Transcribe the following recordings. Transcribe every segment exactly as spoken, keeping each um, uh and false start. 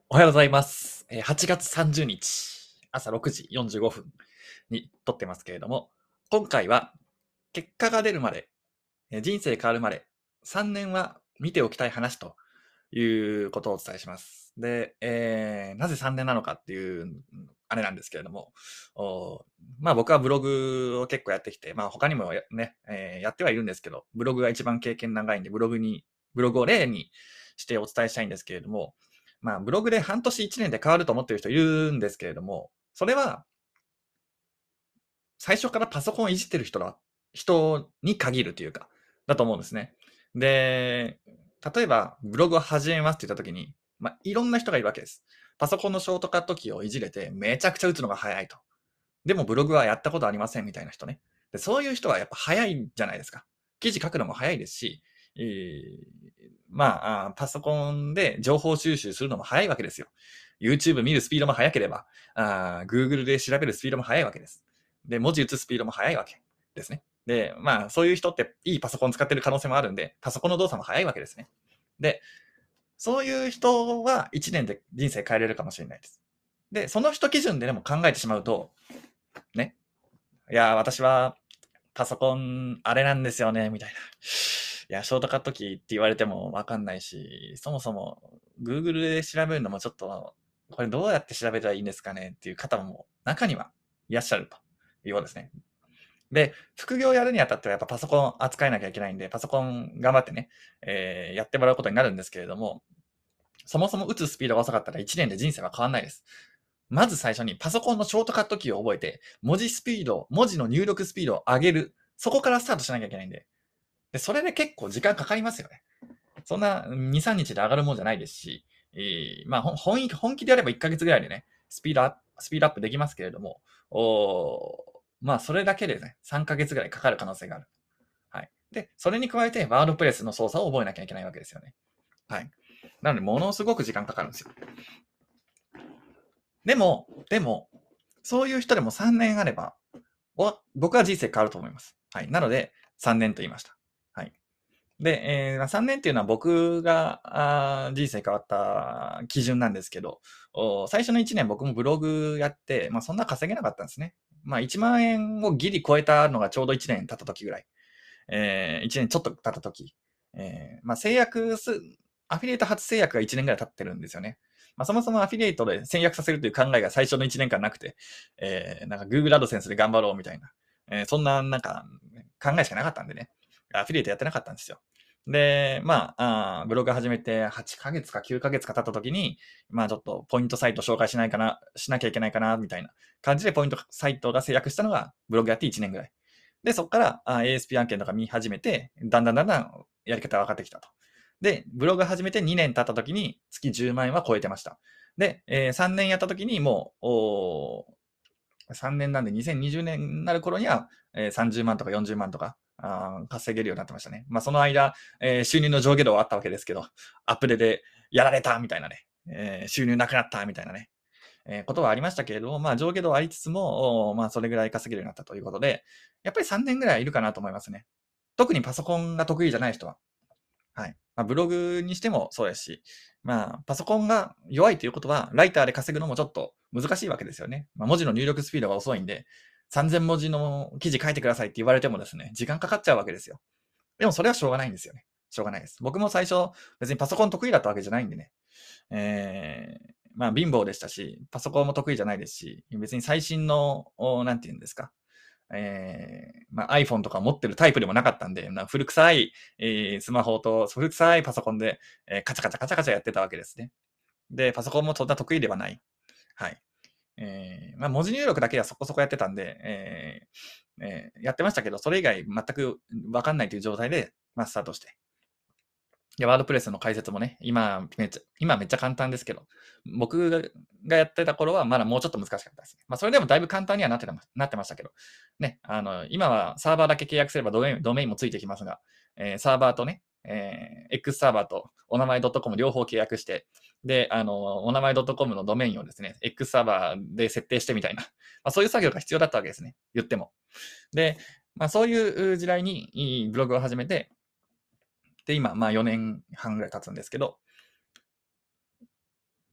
おはようございます。えーはちがつさんじゅうにち、朝ろくじよんじゅうごふんに撮ってますけれども、今回は結果が出るまで、えー人生変わるまで、さんねんは見ておきたい話ということをお伝えします。で、えーなぜさんねんなのかっていう、あれなんですけれども、おまあ僕はブログを結構やってきて、まあ他にもやね、えーやってはいるんですけど、ブログが一番経験長いんで、ブログに、ブログを例にしてお伝えしたいんですけれども、まあブログで半年いちねんで変わると思ってる人いるんですけれども、それは最初からパソコンをいじってる人だ、人に限るというか、だと思うんですね。で、例えば、ブログを始めますって言った時に、まあ、いろんな人がいるわけです。パソコンのショートカットキーをいじれて、めちゃくちゃ打つのが早いと。でもブログはやったことありませんみたいな人ね。でそういう人はやっぱ早いじゃないですか。記事書くのも早いですし、えー、まあ、パソコンで情報収集するのも早いわけですよ。YouTube 見るスピードも速ければ、あ Google で調べるスピードも速いわけです。で、文字打つスピードも速いわけですね。で、まあ、そういう人っていいパソコン使ってる可能性もあるんで、パソコンの動作も速いわけですね。で、そういう人はいちねんで人生変えれるかもしれないです。で、その人基準ででも考えてしまうと、ね、いや、私はパソコンあれなんですよね、みたいな。いや、ショートカットキーって言われてもわかんないし、そもそも Google で調べるのもちょっと、これどうやって調べたらいいんですかねっていう方も中にはいらっしゃるということですね。で、副業やるにあたってはやっぱパソコン扱えなきゃいけないんで、パソコン頑張ってね、えー、やってもらうことになるんですけれども、そもそも打つスピードが遅かったらいちねんで人生は変わんないです。まず最初にパソコンのショートカットキーを覚えて、文字スピード、文字の入力スピードを上げる。そこからスタートしなきゃいけないんで。で、それで結構時間かかりますよね。そんなに、さんにちで上がるもんじゃないですし、えー、まあ本気、本気でやればいっかげつぐらいでね、スピードアップ、スピードアップできますけれども、おまあそれだけでね、さんかげつぐらいかかる可能性がある。はい。で、それに加えてワードプレスの操作を覚えなきゃいけないわけですよね。はい。なので、ものすごく時間かかるんですよ。でも、でも、そういう人でもさんねんあれば、僕は人生変わると思います。はい。なので、さんねんと言いました。はい。で、えー、さんねんっていうのは僕があ人生変わった基準なんですけど、最初のいちねん僕もブログやって、まあそんな稼げなかったんですね。まあいちまん円をギリ超えたのがちょうどいちねん経った時ぐらい。えー、いちねんちょっと経った時。えー、まあ制約す、アフィリエイト初制約がいちねんぐらい経ってるんですよね。まあそもそもアフィリエイトで制約させるという考えが最初のいちねんかんなくて、えー、なんか Google AdSense で頑張ろうみたいな、えー、そんななんか考えしかなかったんでね、アフィリエイトやってなかったんですよ。で、まあ、あブログ始めてはちかげつかきゅうかげつか経った時に、まあちょっとポイントサイト紹介しないかな、しなきゃいけないかな、みたいな感じでポイントサイトが制約したのがブログやっていちねんぐらい。で、そこからあ エーエスピー 案件とか見始めて、だんだんだんだんやり方が分かってきたと。で、ブログ始めてにねん経った時に月じゅうまん円は超えてました。で、えー、さんねんやった時にもう、おさんねんなんでにせんにじゅうねんになる頃には、えー、さんじゅうまんとかよんじゅうまんとかあ稼げるようになってましたね。まあその間、えー、収入の上下動はあったわけですけど、アップデでやられたみたいなね、えー、収入なくなったみたいなね、えー、ことはありましたけれども、まあ上下動ありつつも、まあそれぐらい稼げるようになったということで、やっぱりさんねんぐらいいるかなと思いますね。特にパソコンが得意じゃない人は。はい。まあ、ブログにしてもそうですし、まあ、パソコンが弱いということは、ライターで稼ぐのもちょっと難しいわけですよね。まあ、文字の入力スピードが遅いんで、さんぜんもじの記事書いてくださいって言われてもですね、時間かかっちゃうわけですよ。でもそれはしょうがないんですよね。しょうがないです。僕も最初、別にパソコン得意だったわけじゃないんでね。えー、まあ貧乏でしたし、パソコンも得意じゃないですし、別に最新の、なんて言うんですか、えー、まあ、iPhone とか持ってるタイプでもなかったんで、な古臭い、えースマホと古臭いパソコンで、えーカチャカチャカチャカチャやってたわけですね。で、パソコンもそんな得意ではない。はい。えー、まあ、文字入力だけはそこそこやってたんで、えーえーやってましたけど、それ以外全くわかんないという状態で、まあ、スタートして。で、ワードプレスの解説もね、今めっちゃ、今めっちゃ簡単ですけど、僕ががやってた頃はまだもうちょっと難しかったですね。まあ、それでもだいぶ簡単にはなってたなってましたけど、ね、あの、今はサーバーだけ契約すればドメインドメインもついてきますが、えーサーバーとね、えー X サーバーとお名前 .com 両方契約して、で、あの、お名前 .com のドメインをですね、X サーバーで設定してみたいな、まあ、そういう作業が必要だったわけですね。言っても。で、まあ、そういう時代にブログを始めて、で、今、まあよねんはんぐらい経つんですけど、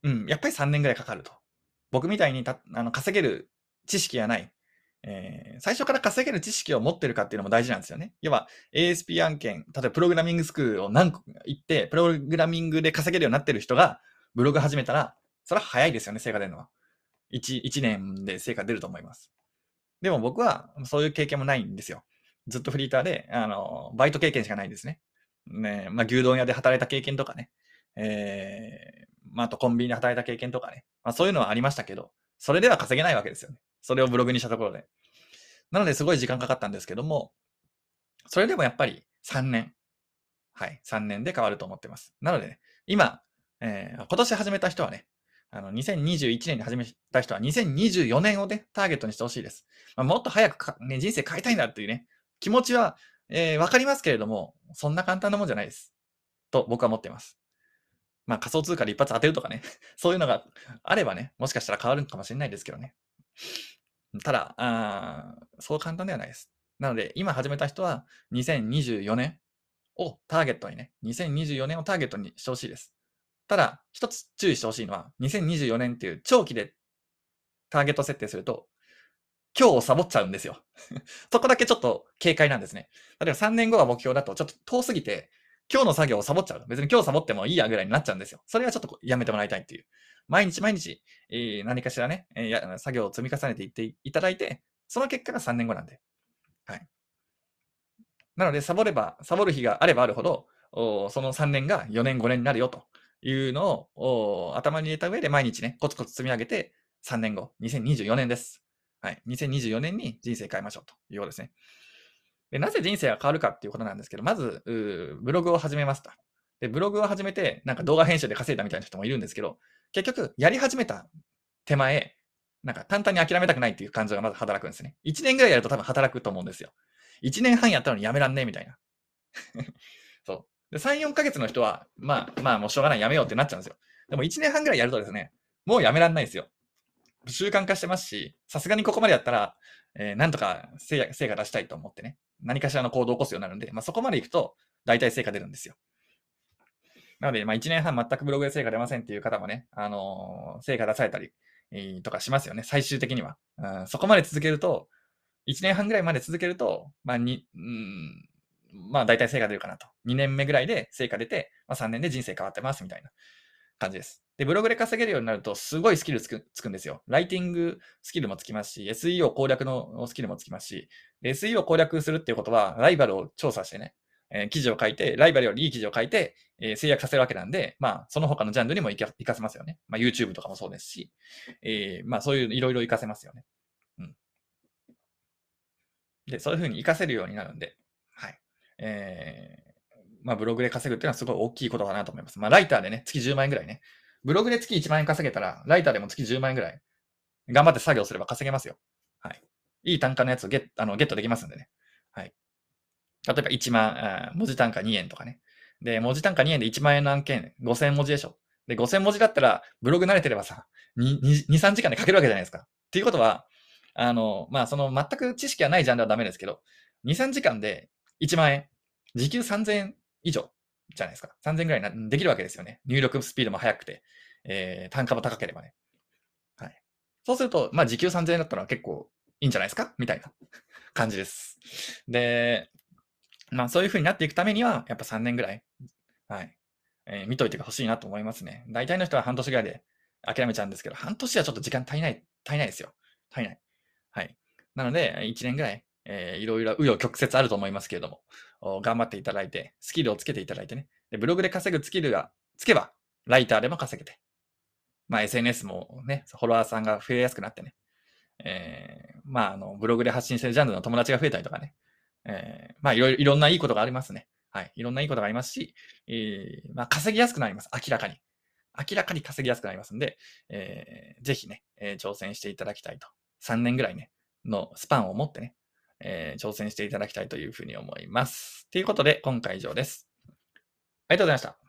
うん、やっぱりさんねんぐらいかかると。僕みたいにたあの稼げる知識がない、えー最初から稼げる知識を持ってるかっていうのも大事なんですよね。要は エーエスピー 案件、例えばプログラミングスクールを何個か行って、プログラミングで稼げるようになってる人がブログ始めたら、それは早いですよね、成果出るのは。いち、いちねんで成果出ると思います。でも僕はそういう経験もないんですよ。ずっとフリーターで、あの、バイト経験しかないんですね。ね、まあ、牛丼屋で働いた経験とかね。えー、まあ、あとコンビニで働いた経験とかね。まあ、そういうのはありましたけど、それでは稼げないわけですよね。それをブログにしたところで。なのですごい時間かかったんですけども、それでもやっぱりさんねん。はい。さんねんで変わると思ってます。なのでね、今、えー、今年始めた人はね、あの、にせんにじゅういちねんに始めた人はにせんにじゅうよねんをね、ターゲットにしてほしいです。まあ、もっと早くか、ね、人生変えたいんだっていうね、気持ちは、えー、わかりますけれども、そんな簡単なもんじゃないです。と僕は思っています。まあ仮想通貨で一発当てるとかね、そういうのがあればね、もしかしたら変わるかもしれないですけどね。ただ、あそう簡単ではないです。なので、今始めた人はにせんにじゅうよねんをターゲットにね、にせんにじゅうよねんをターゲットにしてほしいです。ただ、一つ注意してほしいのは、にせんにじゅうよねんっていう長期でターゲット設定すると、今日をサボっちゃうんですよ。そこだけちょっと警戒なんですね。例えばさんねんごが目標だとちょっと遠すぎて、今日の作業をサボっちゃう。別に今日サボってもいいやぐらいになっちゃうんですよ。それはちょっとやめてもらいたいっていう。毎日毎日、えー何かしらね、えーや作業を積み重ねていっていただいて、その結果がさんねんごなんで。はい。なので、サボれば、サボる日があればあるほど、おそのさんねんがよねんごねんになるよというのをお頭に入れた上で毎日ね、コツコツ積み上げて、さんねんご、にせんにじゅうよねんです。はい。にせんにじゅうよねんに人生変えましょうということですね。でなぜ人生が変わるかっていうことなんですけど、まず、ブログを始めますと。で、ブログを始めて、なんか動画編集で稼いだみたいな人もいるんですけど、結局、やり始めた手前、なんか簡単に諦めたくないっていう感情がまず働くんですね。いちねんぐらいやると多分働くと思うんですよ。いちねんはんやったのにやめらんねえみたいな。そう。で、さん、よんかげつの人は、まあ、まあ、もうしょうがない、やめようってなっちゃうんですよ。でもいちねんはんぐらいやるとですね、もうやめらんないですよ。習慣化してますし、さすがにここまでやったら、えーなんとか成成果出したいと思ってね、何かしらの行動を起こすようになるんで、まあ、そこまで行くと、大体成果出るんですよ。なので、まあ、いちねんはん全くブログで成果出ませんっていう方もね、あのー成果出されたり、えーとかしますよね、最終的には。うん、そこまで続けると、いちねんはんぐらいまで続けると、まあ、に、うん、まあ、大体成果出るかなと。にねんめぐらいで成果出て、まあ、さんねんで人生変わってますみたいな感じです。で、ブログで稼げるようになると、すごいスキルつくつくんですよ。ライティングスキルもつきますし、エスイーオー 攻略のスキルもつきますし、エスイーオー 攻略するっていうことは、ライバルを調査してね、えー記事を書いて、ライバルよりいい記事を書いて、えー制約させるわけなんで、まあ、その他のジャンルにも活か活かせますよね。まあ、YouTube とかもそうですし、えーまあ、そういういろいろ活かせますよね。うん。で、そういうふうに活かせるようになるんで、はい。えーまあ、ブログで稼ぐっていうのはすごい大きいことだなと思います。まあ、ライターでね、月じゅうまん円ぐらいね。ブログで月いちまん円稼げたら、ライターでも月じゅうまん円ぐらい、頑張って作業すれば稼げますよ。はい。いい単価のやつをゲッあのゲットできますんでね。はい。例えばいちまん、あ文字単価にえんとかね。で、文字単価にえんでいちまん円の案件、ごせん文字でしょ。で、ごせん文字だったら、ブログ慣れてればさ、に、に、さんじかんで書けるわけじゃないですか。っていうことは、あの、まあ、その全く知識がないジャンルはダメですけど、に、さんじかんでいちまん円、時給さんぜんえん以上じゃないですか。さんぜんえんぐらいなできるわけですよね。入力スピードも速くて、えー、単価も高ければね。はい。そうすると、まあ、時給さんぜんえんだったら結構いいんじゃないですかみたいな感じです。で、まあそういう風になっていくためには、やっぱさんねんぐらい、はい。えー見といてほしいなと思いますね。大体の人は半年ぐらいで諦めちゃうんですけど、半年はちょっと時間足りない、足りないですよ。足りない。はい。なので、いちねんぐらい、えーいろいろ紆余曲折あると思いますけれども、お頑張っていただいて、スキルをつけていただいてね。で、ブログで稼ぐスキルがつけば、ライターでも稼げて、まあ エスエヌエス もね、フォロワーさんが増えやすくなってね、えーまああの、ブログで発信してるジャンルの友達が増えたりとかね、えーまあいろいろ、いろんないいことがありますね。はい。いろんないいことがありますし、えーまあ稼ぎやすくなります。明らかに。明らかに稼ぎやすくなりますんで、えーぜひね、えー挑戦していただきたいと。さんねんぐらいね、のスパンを持ってね、えー挑戦していただきたいというふうに思います。ということで、今回以上です。ありがとうございました。